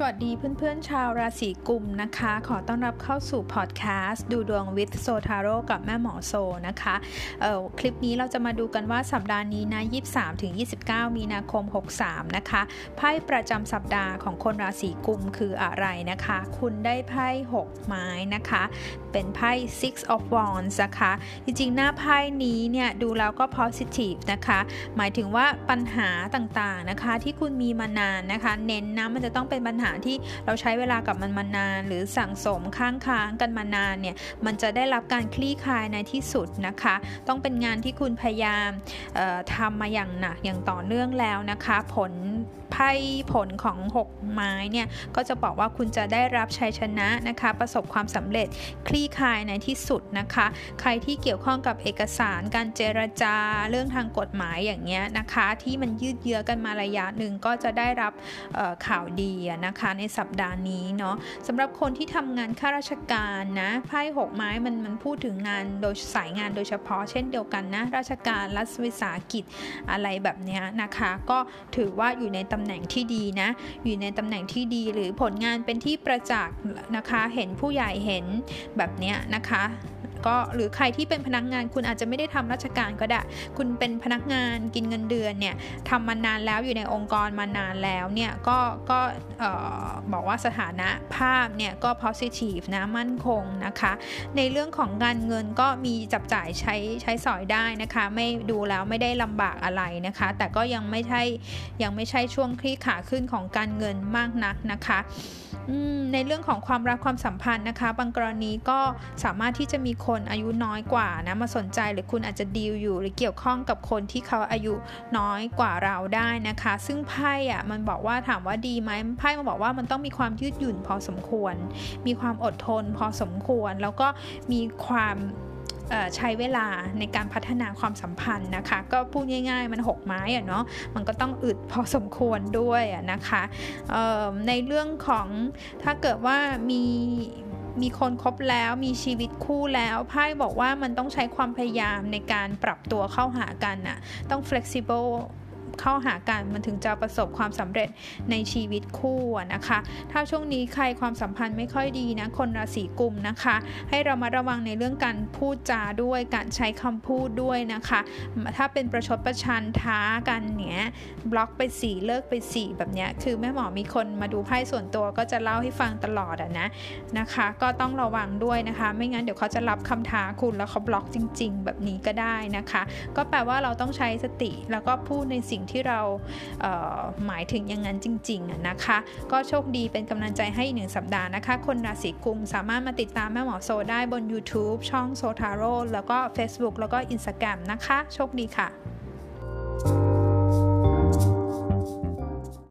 วัสดีเพื่อนๆชาวราศีกุมนะคะขอต้อนรับเข้าสู่พอดแคสต์ดูดวง with โซทาโร่กับแม่หมอโซนะคะคลิปนี้เราจะมาดูกันว่าสัปดาห์นี้นะ 23-29 มีนาคม 63นะคะไพ่ประจำสัปดาห์ของคนราศีกุมคืออะไรนะคะคุณได้ไพ่6ไม้นะคะเป็นไพ่ Six of Wands นะคะจริงๆหน้าไพ่นี้เนี่ยดูแล้วก็ positive นะคะหมายถึงว่าปัญหาต่างๆนะคะที่คุณมีมานานนะคะเน้นนะมันจะต้องเป็นปัญหาที่เราใช้เวลากับมันมานานหรือสั่งสมค้างกันมานานเนี่ยมันจะได้รับการคลี่คลายในที่สุดนะคะต้องเป็นงานที่คุณพยายามทำมาอย่างหนักอย่างต่อเนื่องแล้วนะคะผลของ6ไม้เนี่ยก็จะบอกว่าคุณจะได้รับชัยชนะนะคะประสบความสำเร็จคลี่คลายในที่สุดนะคะใครที่เกี่ยวข้องกับเอกสารการเจรจาเรื่องทางกฎหมายอย่างเงี้ยนะคะที่มันยืดเยื้อกันมาระยะหนึ่งก็จะได้รับข่าวดีนะคะในสัปดาห์นี้เนาะสำหรับคนที่ทำงานข้าราชการนะไพ่6ไม้มันพูดถึงงานโดยสายงานโดยเฉพาะเช่นเดียวกันนะราชการรัฐวิสาหกิจอะไรแบบนี้นะคะก็ถือว่าอยู่ในตำแหน่งที่ดีนะอยู่ในตำแหน่งที่ดีหรือผลงานเป็นที่ประจักษ์นะคะเห็นผู้ใหญ่เห็นแบบนี้นะคะก็หรือใครที่เป็นพนักงานคุณอาจจะไม่ได้ทำราชการก็ได้คุณเป็นพนักงานกินเงินเดือนเนี่ยทำมานานแล้วอยู่ในองค์กรมานานแล้วเนี่ยก็บอกว่าสถานะภาพเนี่ยก็ positive นะมั่นคงนะคะในเรื่องของการเงินก็มีจับจ่ายใช้สอยได้นะคะไม่ดูแล้วไม่ได้ลำบากอะไรนะคะแต่ก็ยังไม่ใช่ช่วงคลี่ขาขึ้นของการเงินมากนักนะคะในเรื่องของความรักความสัมพันธ์นะคะบางกรณีก็สามารถที่จะมีคนอายุน้อยกว่านะมาสนใจหรือคุณอาจจะดีลอยู่หรือเกี่ยวข้องกับคนที่เขาอายุน้อยกว่าเราได้นะคะซึ่งไพ่มันบอกว่าถามว่าดีไหมไพ่มันบอกว่ามันต้องมีความยืดหยุ่นพอสมควรมีความอดทนพอสมควรแล้วก็มีความใช้เวลาในการพัฒนาความสัมพันธ์นะคะก็พูดง่ายๆมัน6ไม้เนาะมันก็ต้องอึดพอสมควรด้วยนะคะในเรื่องของถ้าเกิดว่ามีคนคบแล้วมีชีวิตคู่แล้วไพ่บอกว่ามันต้องใช้ความพยายามในการปรับตัวเข้าหากันต้อง flexibleเข้าหากันมันถึงจะประสบความสำเร็จในชีวิตคู่นะคะถ้าช่วงนี้ใครความสัมพันธ์ไม่ค่อยดีนะคนราศีกุมนะคะให้เรามาระวังในเรื่องการพูดจาด้วยการใช้คำพูดด้วยนะคะถ้าเป็นประชดประชันท้ากันเนี้ยบล็อกไป4เลิกไป4แบบเนี้ยคือแม่หมอมีคนมาดูไพ่ส่วนตัวก็จะเล่าให้ฟังตลอดนะคะก็ต้องระวังด้วยนะคะไม่งั้นเดี๋ยวเขาจะรับคำท้าคุณแล้วเขาบล็อกจริงๆแบบนี้ก็ได้นะคะก็แปลว่าเราต้องใช้สติแล้วก็พูดในสิ่งที่เราหมายถึงอย่างนั้นจริงๆนะคะก็โชคดีเป็นกำลังใจให้อีก1สัปดาห์นะคะคนราศีกุมสามารถมาติดตามแม่หมอโซได้บน YouTube ช่องโซทาโร่แล้วก็ Facebook แล้วก็ Instagram นะคะโชคดีค่ะ